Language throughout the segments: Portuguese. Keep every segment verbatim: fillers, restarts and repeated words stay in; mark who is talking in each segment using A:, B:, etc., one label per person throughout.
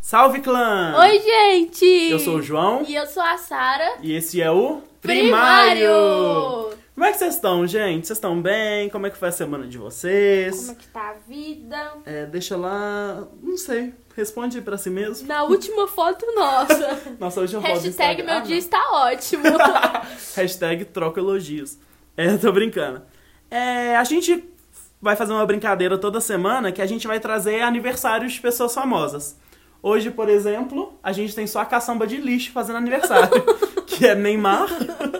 A: Salve, clã!
B: Oi, gente!
A: Eu sou o João.
B: E eu sou a Sara.
A: E esse é o
B: Primário!
A: Primário! Como é que vocês estão, gente? Vocês estão bem? Como é que foi a semana de vocês?
B: Como é que tá a vida?
A: É, deixa lá... Não sei. Responde pra si mesmo.
B: Na última foto nossa.
A: Nossa última foto do
B: Hashtag
A: Instagram.
B: meu dia está ótimo.
A: Hashtag troca elogios. É, tô brincando. É, a gente vai fazer uma brincadeira toda semana que a gente vai trazer aniversários de pessoas famosas. Hoje, por exemplo, a gente tem só a caçamba de lixo fazendo aniversário, que é Neymar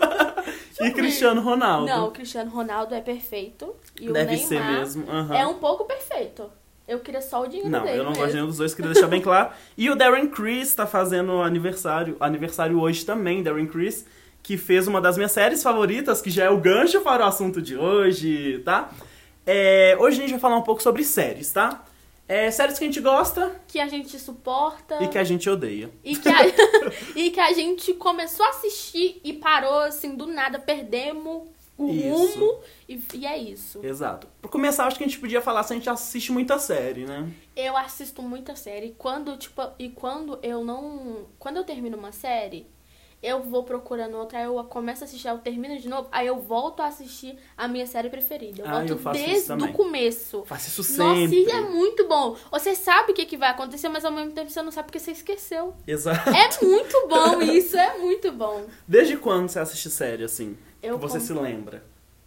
A: e Cristiano Ronaldo.
B: Não, o Cristiano Ronaldo é perfeito. E o
A: Deve
B: Neymar
A: ser mesmo. Uhum.
B: é um pouco perfeito. Eu queria só o dinheiro
A: Não,
B: dele
A: eu não
B: mesmo.
A: gosto de nenhum dos dois, queria deixar bem claro. E o Darren Criss tá fazendo aniversário, aniversário hoje também, Darren Criss, que fez uma das minhas séries favoritas, que já é o gancho para o assunto de hoje, tá? É, hoje a gente vai falar um pouco sobre séries, tá? É, séries que a gente gosta
B: Que a gente suporta.
A: e que a gente odeia.
B: E que, a... e que a gente começou a assistir e parou, assim, do nada, perdemos o
A: Isso.
B: rumo e, e é isso.
A: Exato. Pra começar, acho que a gente podia falar se a gente assiste muita série, né?
B: Eu assisto muita série. Quando, tipo, e quando eu não... Quando eu termino uma série, eu vou procurando outra, aí eu começo a assistir, eu termino de novo, aí eu volto a assistir a minha série preferida. Eu
A: Ah,
B: volto
A: eu faço isso
B: desde
A: também.
B: o começo.
A: Faço isso
B: Nossa,
A: sempre.
B: isso é muito bom. Você sabe o que, que vai acontecer, mas ao mesmo tempo você não sabe porque você esqueceu.
A: Exato.
B: É muito bom isso, é muito bom.
A: Desde quando você assiste série, assim?
B: Eu
A: que você
B: com-
A: se lembra?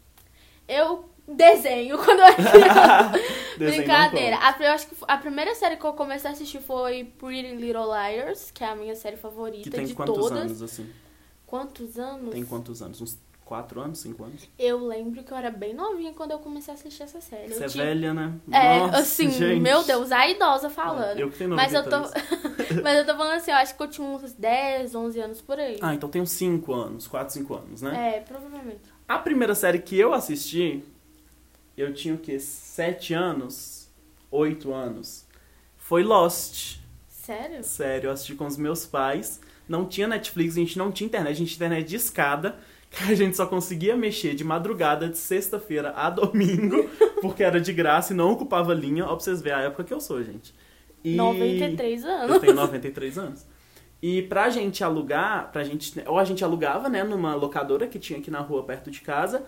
B: Eu desenho quando eu era criança.
A: Desenho
B: Brincadeira.
A: não
B: A, eu acho que a primeira série que eu comecei a assistir foi Pretty Little Liars, que é a minha série favorita
A: Que tem
B: de
A: quantos
B: todas.
A: anos, assim?
B: Quantos anos?
A: Tem quantos anos? Uns quatro anos, cinco anos?
B: Eu lembro que eu era bem novinha quando eu comecei a assistir essa série.
A: Você
B: eu
A: é
B: tinha...
A: velha, né?
B: É,
A: Nossa,
B: assim,
A: gente.
B: meu Deus, a idosa falando.
A: Eu que tenho
B: Mas eu tô
A: noventa anos.
B: Mas eu tô falando assim, eu acho que eu tinha uns dez, onze anos por aí.
A: Ah, então tem uns cinco anos, quatro, cinco anos, né?
B: É, provavelmente.
A: A primeira série que eu assisti, eu tinha o quê? Sete anos? Oito anos. Foi Lost.
B: Sério?
A: Sério, eu assisti com os meus pais. Não tinha Netflix, a gente não tinha internet, a gente tinha internet de escada, que a gente só conseguia mexer de madrugada, de sexta-feira a domingo, porque era de graça e não ocupava linha. Ó, pra vocês verem a época que eu sou, gente. E...
B: noventa e três anos.
A: Eu tenho noventa e três anos. E pra gente alugar, pra gente, ou a gente alugava, né, numa locadora que tinha aqui na rua perto de casa,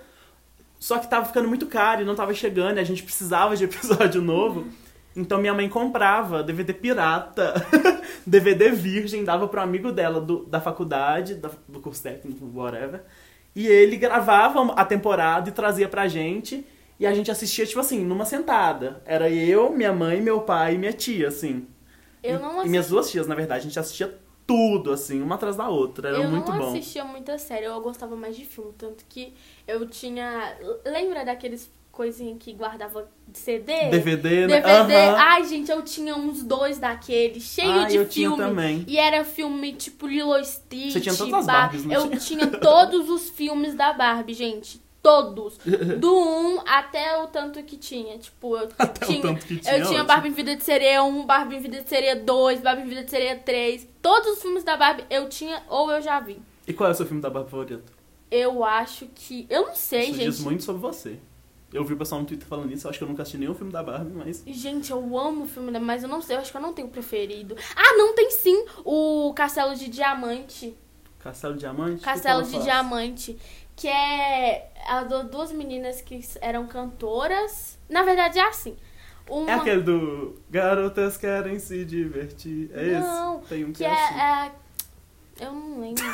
A: só que tava ficando muito caro e não tava chegando, e a gente precisava de episódio novo. Então minha mãe comprava D V D pirata, D V D virgem, dava pro amigo dela do, da faculdade, da, do curso técnico, whatever. E ele gravava a temporada e trazia pra gente. E a gente assistia, tipo assim, numa sentada. Era eu, minha mãe, meu pai e minha tia, assim.
B: Eu
A: E-
B: não
A: E
B: assisti.
A: minhas duas tias, na verdade. A gente assistia tudo, assim, uma atrás da outra. Era
B: eu
A: muito
B: não
A: bom.
B: assistia muita série, eu gostava mais de filme. Tanto que eu tinha... Lembra daqueles coisinhas que guardava de C D?
A: D V D, né?
B: D V D.
A: Aham.
B: Ai, gente, eu tinha uns dois daqueles, cheio
A: Ah,
B: de
A: eu tinha
B: filme.
A: também.
B: E era filme tipo Lilo e Stitch.
A: Você tinha todas as
B: Bar-
A: Barbies, não
B: Eu
A: tinha?
B: tinha todos os filmes da Barbie, gente. Todos. Do um até o tanto que tinha. Tipo, eu
A: Até o
B: tinha.
A: tanto que tinha,
B: eu tinha
A: ótimo.
B: Barbie em Vida de Sereia um, Barbie em Vida de Sereia dois, Barbie em Vida de Sereia três. Todos os filmes da Barbie eu tinha ou eu já vi.
A: E qual é o seu filme da Barbie favorito?
B: Eu acho que. Eu não sei,
A: Isso
B: gente.
A: diz muito sobre você. Eu vi o pessoal no Twitter falando isso, eu acho que eu nunca assisti nenhum filme da Barbie, mas...
B: Gente, eu amo o filme, da- mas eu não sei, eu acho que eu não tenho preferido. Ah, não, tem sim! O Castelo de Diamante.
A: Castelo de Diamante? O que
B: Castelo
A: que
B: de
A: ela faz?
B: Diamante. Que é as du- duas meninas que eram cantoras. Na verdade, é assim. Uma...
A: É aquele do Garotas Querem Se Divertir. É
B: Não,
A: esse? Tem um que,
B: que
A: é,
B: é,
A: assim.
B: é- Eu não lembro.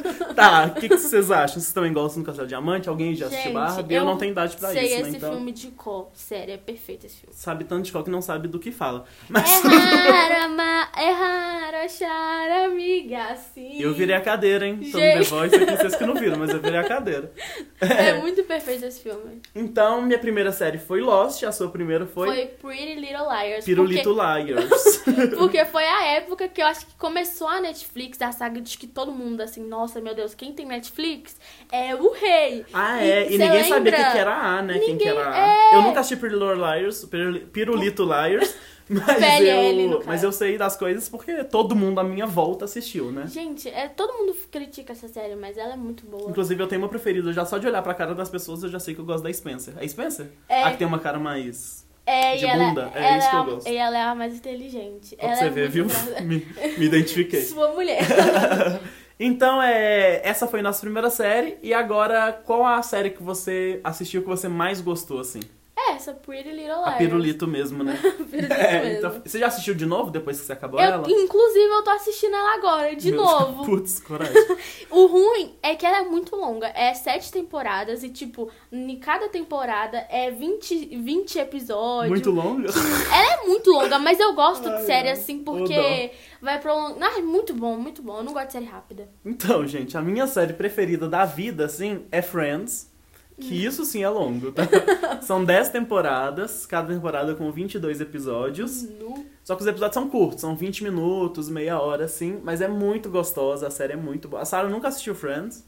A: Tá, o que, que vocês acham? Vocês também gostam do Castelo de Diamante? Alguém já assistiu
B: Gente,
A: Barbie? Eu,
B: eu
A: não tenho idade pra
B: sei
A: isso,
B: esse
A: né? Então,
B: filme de cor. Sério, é perfeito esse filme.
A: sabe tanto de qual que não sabe do que fala. Mas
B: É raro amar, é raro achar amiga assim.
A: eu virei a cadeira, hein? Tô no
B: Gente.
A: The Voice aqui, vocês que não viram, mas eu virei a cadeira.
B: É muito perfeito esse filme.
A: Então, minha primeira série foi Lost, a sua primeira foi,
B: Foi Pretty Little Liars.
A: Pirulito Liars.
B: Porque, porque foi a época que eu acho que começou a Netflix, a saga de que todo mundo, assim, nossa, meu Deus, quem tem Netflix é o rei.
A: Ah, é. E,
B: cê
A: ninguém sabia
B: lembra?
A: o que que era A, né? Quem que
B: Ninguém-
A: era A.
B: é.
A: Eu nunca assisti Pretty Little Liars, Piruli- Pirulito Liars, mas
B: P L L, no
A: eu,
B: caso.
A: mas eu sei das coisas porque todo mundo à minha volta assistiu, né?
B: Gente, é, todo mundo critica essa série, mas ela é muito boa.
A: Inclusive, eu tenho uma preferida. Já só de olhar pra cara das pessoas, eu já sei que eu gosto da Spencer. É Spencer?
B: É.
A: A que tem uma cara mais
B: É,
A: de
B: e ela,
A: bunda. É
B: ela
A: isso que eu
B: a-
A: gosto.
B: E ela é a mais inteligente.
A: Pra
B: ela
A: você
B: é
A: ver,
B: muito
A: viu?
B: engraçada.
A: Me, me identifiquei.
B: Sua mulher.
A: Então, é, essa foi nossa primeira série. E agora, qual a série que você assistiu que você mais gostou, assim?
B: É, essa Pretty Little Liars.
A: A Pirulito mesmo, né?
B: Pirulito
A: É,
B: mesmo.
A: então, você já assistiu de novo depois que você acabou
B: Eu,
A: ela?
B: inclusive, eu tô assistindo ela agora, de
A: Meu-
B: novo.
A: Putz, coragem.
B: O ruim é que ela é muito longa. É sete temporadas e, tipo, em cada temporada é vinte, vinte episódios.
A: Muito longa?
B: Ela é muito longa, mas eu gosto
A: Ai,
B: de série
A: ai.
B: assim
A: Ô,
B: porque vai prolongar. Ah, é muito bom, muito bom. Eu não gosto de série rápida.
A: Então, gente, a minha série preferida da vida, assim, é Friends. Que isso sim é longo, tá? São dez temporadas, cada temporada com vinte e dois episódios.
B: Nu.
A: Só que os episódios são curtos, são vinte minutos, meia hora, assim. Mas é muito gostosa, a série é muito boa. A Sarah nunca assistiu Friends.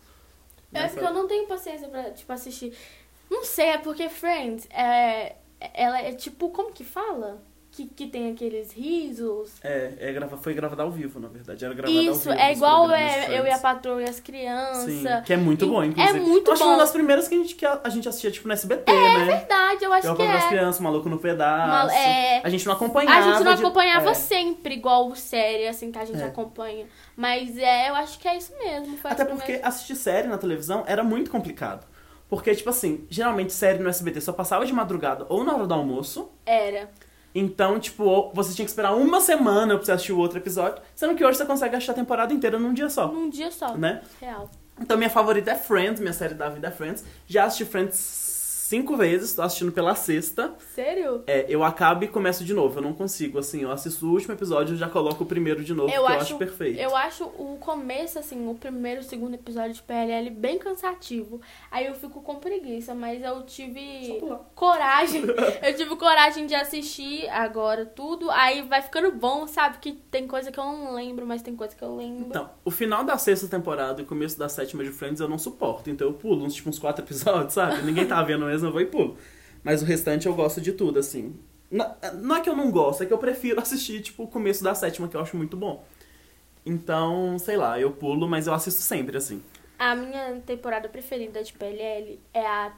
B: É
A: Mas
B: porque eu não tenho paciência pra, tipo, assistir. Não sei, é porque Friends, é, ela é tipo, como que fala? Que, que tem aqueles risos.
A: É, é grava, foi gravada ao vivo, na verdade. Era gravada ao
B: Isso,
A: vivo.
B: é
A: os
B: igual
A: programas de
B: é, Eu
A: Friends.
B: e a Patroa e as Crianças.
A: Sim, que é muito
B: E-
A: bom, inclusive.
B: É muito
A: eu acho que
B: bom.
A: uma das primeiras que a gente, que a, a gente assistia, tipo, no S B T,
B: É
A: né?
B: verdade, eu acho
A: Eu
B: que
A: das
B: é.
A: crianças, Maluco no Pedaço.
B: Mal- é.
A: A gente não acompanhava.
B: A gente não
A: de-
B: acompanhava
A: é.
B: sempre igual série, assim, que a gente
A: É.
B: acompanha. Mas é, eu acho que é isso mesmo. Foi
A: Até
B: as
A: porque
B: primeiras-
A: assistir série na televisão era muito complicado. Porque, tipo assim, geralmente série no S B T só passava de madrugada ou na hora do almoço.
B: Era.
A: Então, tipo, ou você tinha que esperar uma semana pra você assistir o outro episódio. Sendo que hoje você consegue assistir a temporada inteira num dia só,
B: Num dia só.
A: né?
B: Real.
A: Então, minha favorita é Friends, minha série da vida é Friends. Já assisti Friends cinco vezes, tô assistindo pela sexta.
B: Sério?
A: É, eu acabo e começo de novo. Eu não consigo, assim, eu assisto o último episódio e já coloco o primeiro de novo,
B: Eu
A: porque
B: acho,
A: eu acho perfeito.
B: eu acho o começo, assim, o primeiro e o segundo episódio de P L L bem cansativo. Aí eu fico com preguiça, mas eu
A: Só
B: tive
A: pular.
B: coragem. Eu tive coragem de assistir agora tudo. Aí vai ficando bom, sabe? Que tem coisa que eu não lembro, mas tem coisa que eu lembro.
A: Então, o final da sexta temporada e o começo da sétima de Friends eu não suporto. Então eu pulo uns, tipo, uns quatro episódios, sabe? Ninguém tá vendo mesmo, eu vou e pulo. Mas o restante eu gosto de tudo, assim. Não, não é que eu não gosto, é que eu prefiro assistir, tipo, o começo da sétima, que eu acho muito bom. Então, sei lá, eu pulo, mas eu assisto sempre, assim.
B: A minha temporada preferida de P L L é a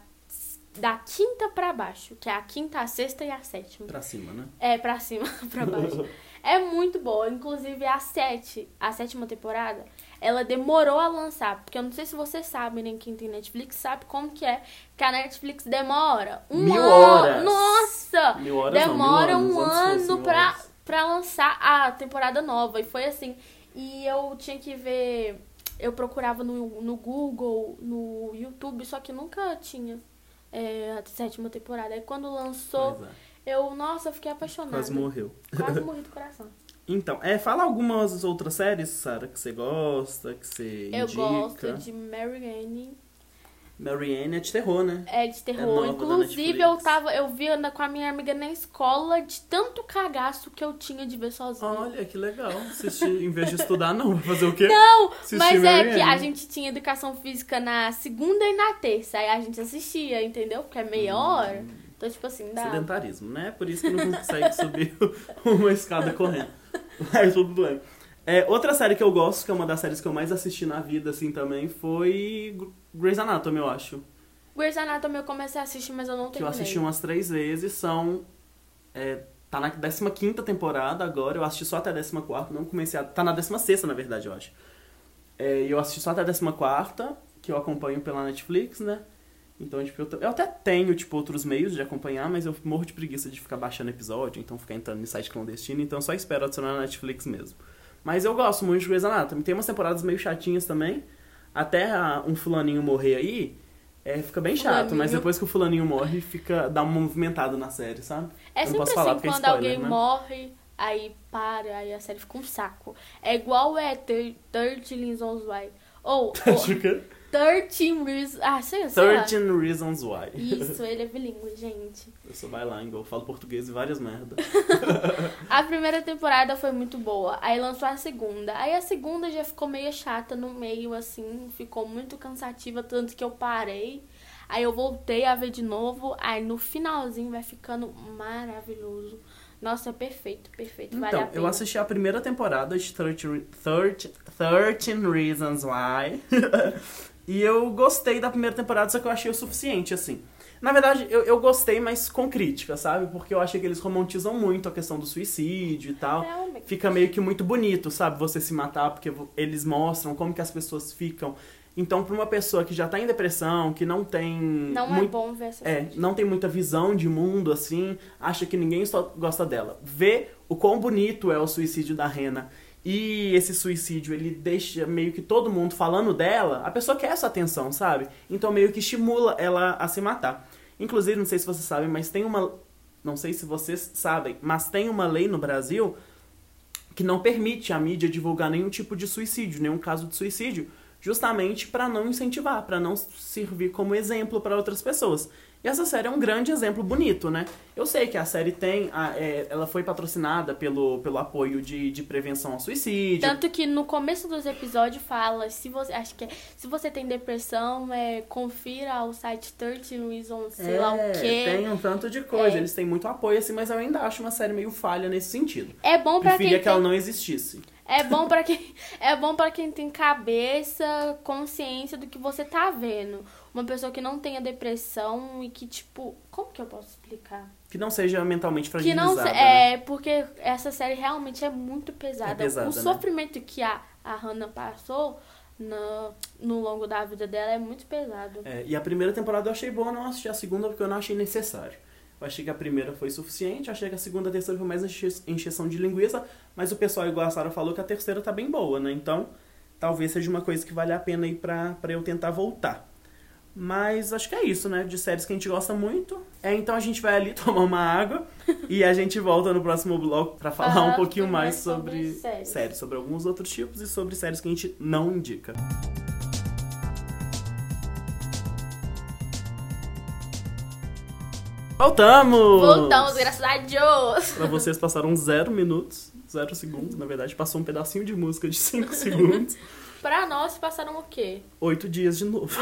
B: da quinta pra baixo, que é a quinta, a sexta e a sétima.
A: Pra cima, né?
B: É, pra cima, pra baixo. É muito boa. Inclusive, a sete, a sétima temporada, ela demorou a lançar. Porque eu não sei se vocês sabem, nem quem tem Netflix sabe como que é. Que a Netflix demora um
A: Mil
B: ano.
A: horas.
B: Nossa!
A: Mil horas não,
B: demora
A: mil anos,
B: um
A: antes fosse
B: ano
A: mil
B: pra,
A: horas.
B: pra lançar a temporada nova. E foi assim. E eu tinha que ver... Eu procurava no, no Google, no YouTube, só que nunca tinha é, a sétima temporada. Aí quando lançou...
A: Pois é.
B: Eu, nossa, eu fiquei apaixonada.
A: Quase morreu.
B: Quase morri do coração.
A: Então, é, fala algumas outras séries, Sarah, que você gosta, que você
B: Eu
A: indica.
B: gosto de Marianne.
A: Marianne é de terror, né?
B: É de terror.
A: nova da
B: Inclusive,
A: Netflix.
B: eu tava, eu vi na- com a minha amiga na escola de tanto cagaço que eu tinha de ver sozinha.
A: Olha, que legal. Assistir, em vez de estudar, não. Vai fazer o quê?
B: Não,
A: Assistir
B: mas é
A: Marianne.
B: que a gente tinha educação física na segunda e na terça. Aí a gente assistia, entendeu? Porque é meia hora. Então, tipo assim, dá.
A: Sedentarismo, né? Por isso que não consegue subir uma escada correndo. Mas tudo bem. É, outra série que eu gosto, que é uma das séries que eu mais assisti na vida, assim, também, foi Grey's Anatomy, eu acho.
B: Grey's Anatomy eu comecei a assistir, mas eu não
A: Que eu
B: terminei.
A: assisti umas três vezes, são... É, tá na décima quinta temporada agora, eu assisti só até a décima quarta, não comecei a... Tá na décima sexta, na verdade, eu acho. É, e eu assisti só até a décima quarta, que eu acompanho pela Netflix, né? Então, tipo, eu, t- eu até tenho, tipo, outros meios de acompanhar, mas eu morro de preguiça de ficar baixando episódio, então ficar entrando em site clandestino, então eu só espero adicionar na Netflix mesmo. Mas eu gosto muito de Grey's Anatomy. Tem umas temporadas meio chatinhas também. Até a- um fulaninho morrer aí, é, fica bem chato,
B: Fulaninho.
A: mas depois que o fulaninho morre, fica, dá uma movimentada na série, sabe?
B: É
A: Eu não
B: sempre
A: posso falar
B: assim,
A: porque é
B: quando
A: spoiler,
B: alguém
A: né?
B: morre, aí para, aí a série fica um saco. É igual é thirteen Reasons Why. Ou
A: Acho que é
B: thirteen Reasons... Ah, sei, sei lá.
A: thirteen Reasons Why.
B: Isso, ele é bilíngue, gente.
A: Eu sou bilingue, eu falo português e várias merdas.
B: A primeira temporada foi muito boa, aí lançou a segunda. Aí a segunda já ficou meio chata no meio, assim, ficou muito cansativa, tanto que eu parei. Aí eu voltei a ver de novo, aí no finalzinho vai ficando maravilhoso. Nossa, é perfeito, perfeito, vale a
A: Então,
B: pena.
A: eu assisti a primeira temporada de thirteen, thirteen, thirteen Reasons Why. E eu gostei da primeira temporada, só que eu achei o suficiente, assim. Na verdade, eu, eu gostei, mas com crítica, sabe? Porque eu achei que eles romantizam muito a questão do suicídio e tal.
B: Realmente.
A: Fica meio que muito bonito, sabe? Você se matar, porque eles mostram como que as pessoas ficam. Então, pra uma pessoa que já tá em depressão, que não tem...
B: Não
A: muito,
B: é bom ver essa
A: É,
B: série.
A: não tem muita visão de mundo, assim, acha que ninguém só gosta dela. Vê o quão bonito é o suicídio da Rena. E esse suicídio, ele deixa meio que todo mundo falando dela, a pessoa quer essa atenção, sabe? Então meio que estimula ela a se matar. Inclusive, não sei se vocês sabem, mas tem uma... Não sei se vocês sabem, mas tem uma lei no Brasil que não permite a mídia divulgar nenhum tipo de suicídio, nenhum caso de suicídio, justamente para não incentivar, para não servir como exemplo para outras pessoas. E essa série é um grande exemplo bonito, né? Eu sei que a série tem... A, é, ela foi patrocinada pelo, pelo apoio de, de prevenção ao suicídio.
B: Tanto que no começo dos episódios fala, se você, acho que é, se você tem depressão, é, confira o site treze Reasons, sei
A: é,
B: lá o quê.
A: Tem um tanto de coisa,
B: É.
A: eles têm muito apoio, assim, mas eu ainda acho uma série meio falha nesse sentido.
B: É bom pra
A: Preferia
B: quem
A: que
B: tem...
A: ela não existisse.
B: É bom pra quem é bom para quem tem cabeça, consciência do que você tá vendo. Uma pessoa que não tenha depressão e que tipo, como que eu posso explicar?
A: Que não seja mentalmente
B: Que
A: fragilizada,
B: não se-
A: né?
B: é porque essa série realmente é muito pesada.
A: É pesada,
B: o
A: né?
B: sofrimento que a a Hannah passou no, no longo da vida dela é muito pesado.
A: É, e a primeira temporada eu achei boa, não assisti a segunda porque eu não achei necessário. Eu achei que a primeira foi suficiente, achei que a segunda e a terceira foi mais enche- encheção de linguiça, mas o pessoal, igual a Sarah falou, que a terceira tá bem boa, né? Então, talvez seja uma coisa que vale a pena aí pra, pra eu tentar voltar. Mas acho que é isso, né? De séries que a gente gosta muito. É, então a gente vai ali tomar uma água e a gente volta no próximo bloco pra falar
B: Falar
A: um pouquinho
B: tudo
A: mais
B: mais sobre
A: sobre
B: séries.
A: séries, sobre alguns outros tipos e sobre séries que a gente não indica. Voltamos!
B: Voltamos, graças a Deus!
A: Pra vocês passaram zero minutos, zero segundos, na verdade, passou um pedacinho de música de cinco segundos.
B: Pra nós passaram o quê?
A: Oito dias de novo.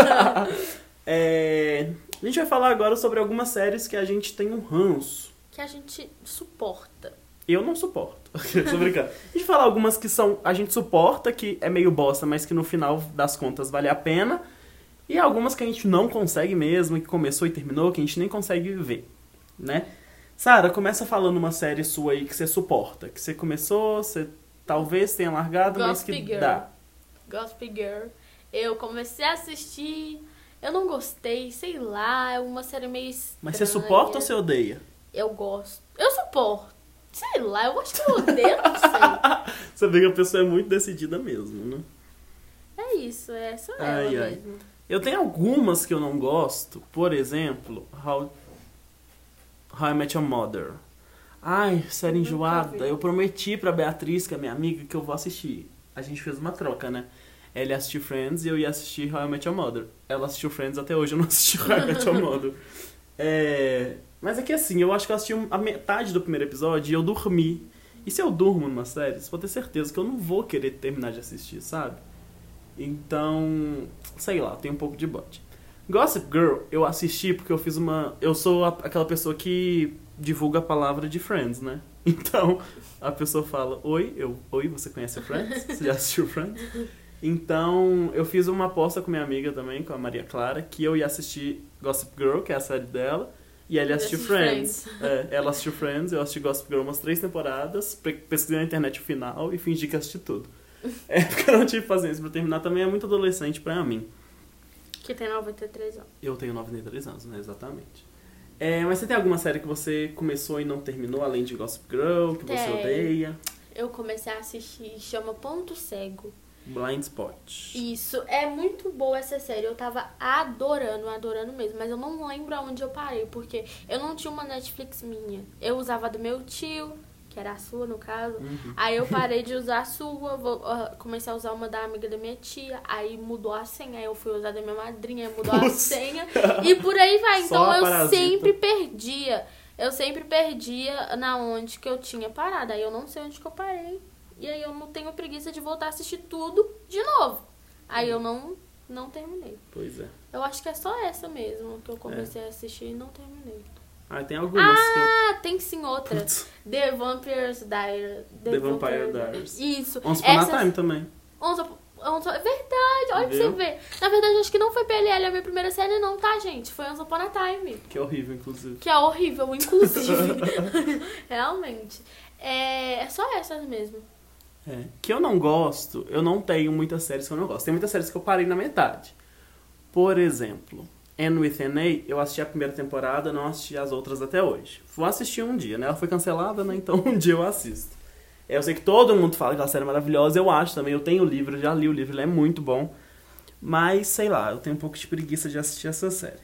A: É, a gente vai falar agora sobre algumas séries que a gente tem um ranço.
B: Que a gente suporta.
A: Eu não suporto. Tô brincando. A gente vai falar algumas que são a gente suporta, que é meio bosta, mas que no final das contas vale a pena. E algumas que a gente não consegue mesmo, que começou e terminou, que a gente nem consegue ver, né? Sara, começa falando uma série sua aí que você suporta. Que você começou, você talvez tenha largado, mas
B: Gossip
A: que
B: Girl.
A: dá.
B: Gossip Girl. Eu comecei a assistir, eu não gostei, sei lá, é uma série meio estranha.
A: Mas você suporta ou você odeia?
B: Eu gosto. Eu suporto. Sei lá, eu acho que eu odeio, não sei.
A: Você vê que a pessoa é muito decidida mesmo, né?
B: É isso, é só ela
A: Ai, ai.
B: mesmo.
A: Eu tenho algumas que eu não gosto. Por exemplo, How, How I Met Your Mother. Ai, série
B: Nunca
A: enjoada.
B: vi.
A: Eu prometi pra Beatriz, que é minha amiga, que eu vou assistir. A gente fez uma troca, né? Ela ia assistir Friends e eu ia assistir How I Met Your Mother. Ela assistiu Friends, até hoje eu não assisti How I Met Your Mother. É... Mas é que assim, eu acho que eu assisti a metade do primeiro episódio e eu dormi. E se eu durmo numa série, você pode ter certeza que eu não vou querer terminar de assistir, sabe? Então, sei lá, tem um pouco de bode. Gossip Girl, eu assisti porque eu fiz uma... Eu sou a- aquela pessoa que divulga a palavra de Friends, né? Então, a pessoa fala, oi, eu, oi, você conhece Friends? Você já assistiu Friends? Então, eu fiz uma aposta com minha amiga também, com a Maria Clara, que eu ia assistir Gossip Girl, que é a série dela, e ela ia assistir
B: assistir
A: Friends. É, ela assistiu Friends, eu assisti Gossip Girl umas três temporadas, pe- pesquisei na internet o final e fingi que assisti tudo. É, porque eu não tive paciência pra terminar, também é muito adolescente pra mim.
B: Que tem noventa e três anos.
A: Eu tenho noventa e três anos, né? Exatamente. É, mas você tem alguma série que você começou e não terminou, além de Gossip Girl, que você
B: Tem.
A: odeia?
B: Eu comecei a assistir, chama Ponto Cego.
A: Blind Spot.
B: Isso, é muito boa essa série. Eu tava adorando, adorando mesmo. Mas eu não lembro aonde eu parei, porque eu não tinha uma Netflix minha. Eu usava a do meu tio, que era a sua, no caso.
A: Uhum.
B: Aí eu parei de usar a sua, vou, ah, comecei a usar uma da amiga da minha tia. Aí mudou a senha, aí eu fui usar da minha madrinha, aí mudou a
A: Nossa.
B: senha. E por aí vai.
A: Só
B: Então
A: a
B: eu
A: parasita.
B: sempre perdia. Eu sempre perdia na onde que eu tinha parado. Aí eu não sei onde que eu parei. E aí eu não tenho preguiça de voltar a assistir tudo de novo. Aí eu não, não terminei.
A: Pois é.
B: Eu acho que é só essa mesmo que eu comecei a assistir e não terminei.
A: Ah, tem algumas que eu...
B: Ah, tem sim outra.
A: Putz.
B: The Vampire's Diary.
A: The Vampire Diaries.
B: Isso.
A: Once Upon a
B: Essas-
A: Time também.
B: Once Upon- Once- É verdade, olha pra
A: Viu?
B: você ver. Na verdade, acho que não foi P L L a minha primeira série, não, tá, gente? Foi Once Upon a Time.
A: Que é horrível, inclusive.
B: Que é horrível, inclusive. Realmente. É, é só essas mesmo.
A: É. Que eu não gosto, eu não tenho muitas séries que eu não gosto. Tem muitas séries que eu parei na metade. Por exemplo, Anne with an A, eu assisti a primeira temporada, não assisti as outras até hoje. Vou assistir um dia, né? Ela foi cancelada, né? Então um dia eu assisto. Eu sei que todo mundo fala que a série é maravilhosa, eu acho também. Eu tenho o livro, já li o livro, ele é muito bom. Mas, sei lá, eu tenho um pouco de preguiça de assistir essa série.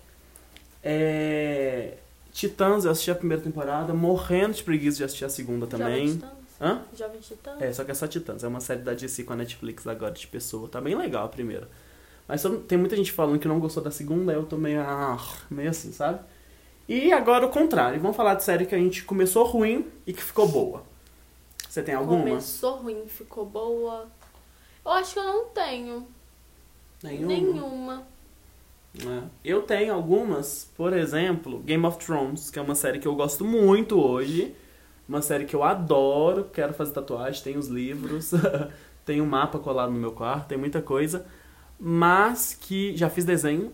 A: É... Titãs, eu assisti a primeira temporada, morrendo de preguiça de assistir a segunda também.
B: Jovem Titãs?
A: Hã?
B: Jovem Titãs?
A: É, só que é só Titãs. É uma série da D C com a Netflix agora de pessoa. Tá bem legal a primeira. Mas só- tem muita gente falando que não gostou da segunda, eu tô meio, ah, meio assim, sabe? E agora o contrário. Vamos falar de série que a gente começou ruim e que ficou boa. Você tem alguma?
B: Começou ruim, ficou boa. Eu acho que eu não tenho.
A: Nenhuma?
B: Nenhuma.
A: É. Eu tenho algumas, por exemplo, Game of Thrones, que é uma série que eu gosto muito hoje. Uma série que eu adoro, quero fazer tatuagem, tem os livros, tem um mapa colado no meu quarto, tem muita coisa. Mas que... Já fiz desenho.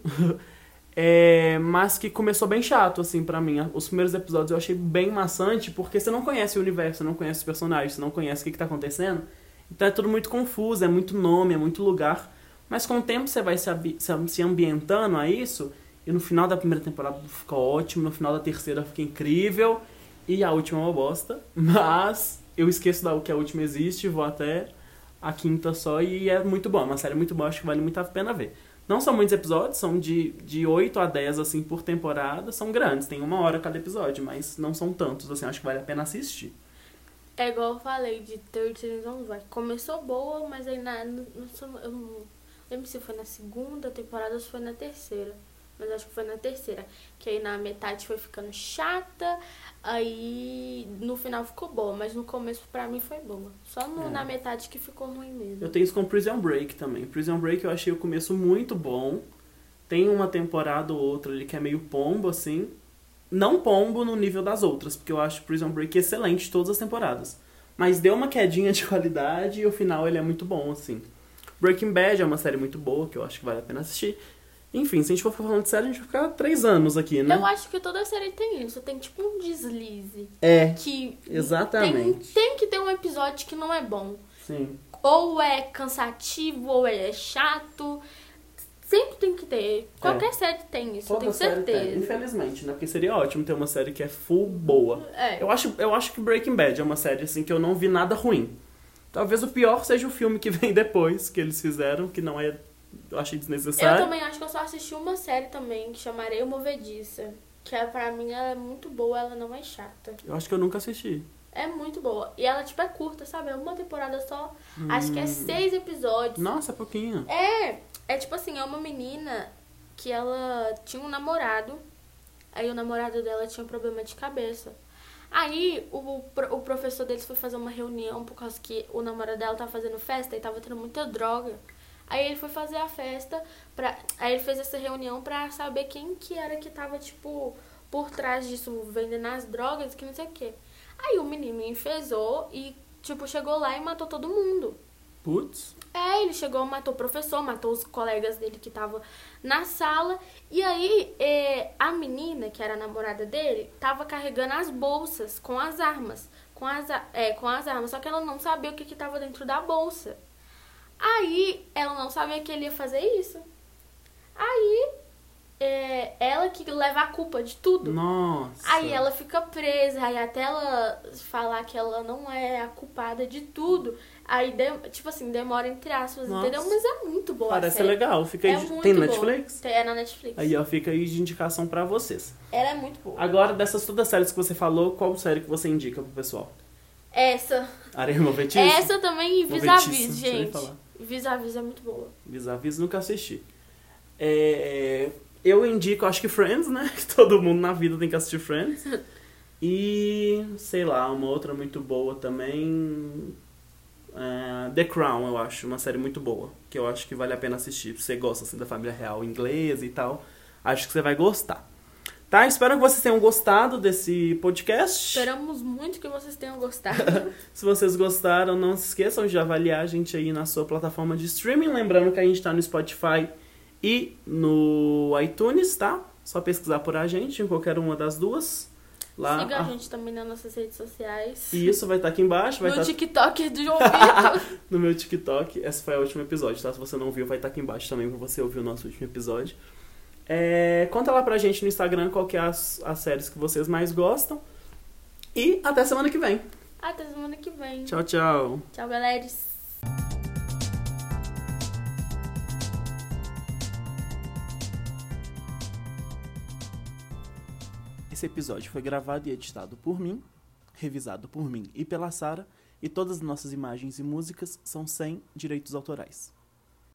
A: É, mas que começou bem chato, assim, pra mim. Os primeiros episódios eu achei bem maçante, porque você não conhece o universo, você não conhece os personagens, você não conhece o que, que tá acontecendo. Então é tudo muito confuso, é muito nome, é muito lugar. Mas com o tempo você vai se, abi- se- se ambientando a isso, e no final da primeira temporada fica ótimo, no final da terceira fica incrível, e a última é uma bosta. Mas eu esqueço da, que a última existe, vou até a quinta só, e é muito bom. É uma série muito boa, acho que vale muito a pena ver. Não são muitos episódios, são de, de oito a dez, assim, por temporada. São grandes, tem uma hora cada episódio, mas não são tantos, assim, acho que vale a pena assistir.
B: É igual eu falei de thirteen Reasons Why. Começou boa, mas aí na, não, não- eu não lembro se foi na segunda temporada ou se foi na terceira. Mas acho que foi na terceira. Que aí na metade foi ficando chata, aí no final ficou boa, mas no começo pra mim foi boa. Só no-
A: É.
B: na metade que ficou ruim mesmo.
A: Eu tenho isso com Prison Break também. Prison Break eu achei o começo muito bom. Tem uma temporada ou outra ali que é meio pombo, assim. Não pombo no nível das outras, porque eu acho Prison Break excelente todas as temporadas. Mas deu uma quedinha de qualidade e o final ele é muito bom, assim. Breaking Bad é uma série muito boa, que eu acho que vale a pena assistir. Enfim, se a gente for falando de série, a gente vai ficar três anos aqui, né?
B: Eu acho que toda série tem isso. Tem tipo um deslize.
A: É,
B: Que
A: exatamente.
B: Tem, tem que ter um episódio que não é bom.
A: Sim.
B: Ou é cansativo, ou é chato. Sempre tem que ter. Qualquer série tem isso, eu
A: Toda
B: tenho
A: série tem.
B: certeza.
A: Infelizmente, né? Porque seria ótimo ter uma série que é full boa.
B: É.
A: Eu acho, eu acho que Breaking Bad é uma série assim que eu não vi nada ruim. Talvez o pior seja o filme que vem depois, que eles fizeram, que não é... Eu achei
B: Eu
A: desnecessário.
B: também acho que eu só assisti uma série também, que chama Areia Movediça. Que é, pra mim ela é muito boa, ela não é chata.
A: Eu acho que eu nunca assisti.
B: É muito boa. E ela, tipo, é curta, sabe? É uma temporada só. Acho que é seis episódios.
A: Nossa, é pouquinho.
B: É, é tipo assim, é uma menina que ela tinha um namorado, aí o namorado dela tinha um problema de cabeça. Aí o, pro- o professor deles foi fazer uma reunião por causa que o namorado dela tava fazendo festa e tava tendo muita droga. Aí ele foi fazer a festa, pra, aí ele fez essa reunião pra saber quem que era que tava, tipo, por trás disso, vendendo as drogas, que não sei o quê. Aí o menino enfesou e, tipo, chegou lá e matou todo mundo.
A: Putz.
B: É, ele chegou, matou o professor, matou os colegas dele que estavam na sala. E aí, é, a menina, que era a namorada dele, tava carregando as bolsas com as armas. Com as, a- é, com as armas, só que ela não sabia o que que tava dentro da bolsa. Aí, ela não sabia que ele ia fazer isso. Aí, é, ela que leva a culpa de tudo.
A: Nossa.
B: Aí ela fica presa, aí até ela falar que ela não é a culpada de tudo. Aí, de- tipo assim, demora entre aspas,
A: Nossa.
B: entendeu? Mas é muito boa a
A: Parece
B: série.
A: legal. Fica aí
B: É
A: de-
B: muito
A: Tem no
B: boa.
A: Netflix?
B: Tem- É na Netflix.
A: Aí, ó, fica aí de indicação pra vocês.
B: Ela é muito boa.
A: Agora, dessas todas as séries que você falou, qual série que você indica pro pessoal?
B: Essa.
A: Areia Movediça?
B: Essa também e
A: Movediça,
B: Vis-a-Vis,
A: não sei nem
B: gente.
A: falar.
B: Vis-a-Vis é muito boa.
A: Vis-a-vis nunca assisti. É, eu indico, acho que Friends, né? Que todo mundo na vida tem que assistir Friends. E, sei lá, uma outra muito boa também. é, The Crown, eu acho. Uma série muito boa. Que eu acho que vale a pena assistir. Se você gosta assim, da família real inglesa e tal, acho que você vai gostar. Tá? Espero que vocês tenham gostado desse podcast.
B: Esperamos muito que vocês tenham gostado.
A: Se vocês gostaram, não se esqueçam de avaliar a gente aí na sua plataforma de streaming. Lembrando que a gente tá no Spotify e no iTunes, tá? Só pesquisar por a gente em qualquer uma das duas. Lá,
B: Siga a
A: ah,
B: gente também nas nossas redes sociais.
A: e isso vai estar aqui embaixo. Vai
B: no
A: tá...
B: TikTok do João Vitor.
A: no meu TikTok. Esse foi o último episódio, tá? Se você não viu, vai estar aqui embaixo também pra você ouvir o nosso último episódio. É... Conta lá pra gente no Instagram qual que é as, as séries que vocês mais gostam. E até semana que vem.
B: Até semana que vem.
A: Tchau, tchau.
B: Tchau, galera.
A: Esse episódio foi gravado e editado por mim, revisado por mim e pela Sara, e todas as nossas imagens e músicas são sem direitos autorais.